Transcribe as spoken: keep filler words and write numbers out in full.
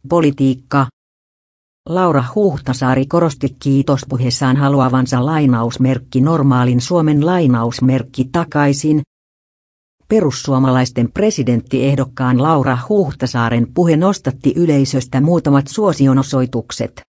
Politiikka. Laura Huhtasaari korosti kiitospuheessaan haluavansa lainausmerkki normaalin Suomen lainausmerkki takaisin. Perussuomalaisten presidenttiehdokkaan Laura Huhtasaaren puhe nostatti yleisöstä muutamat suosionosoitukset.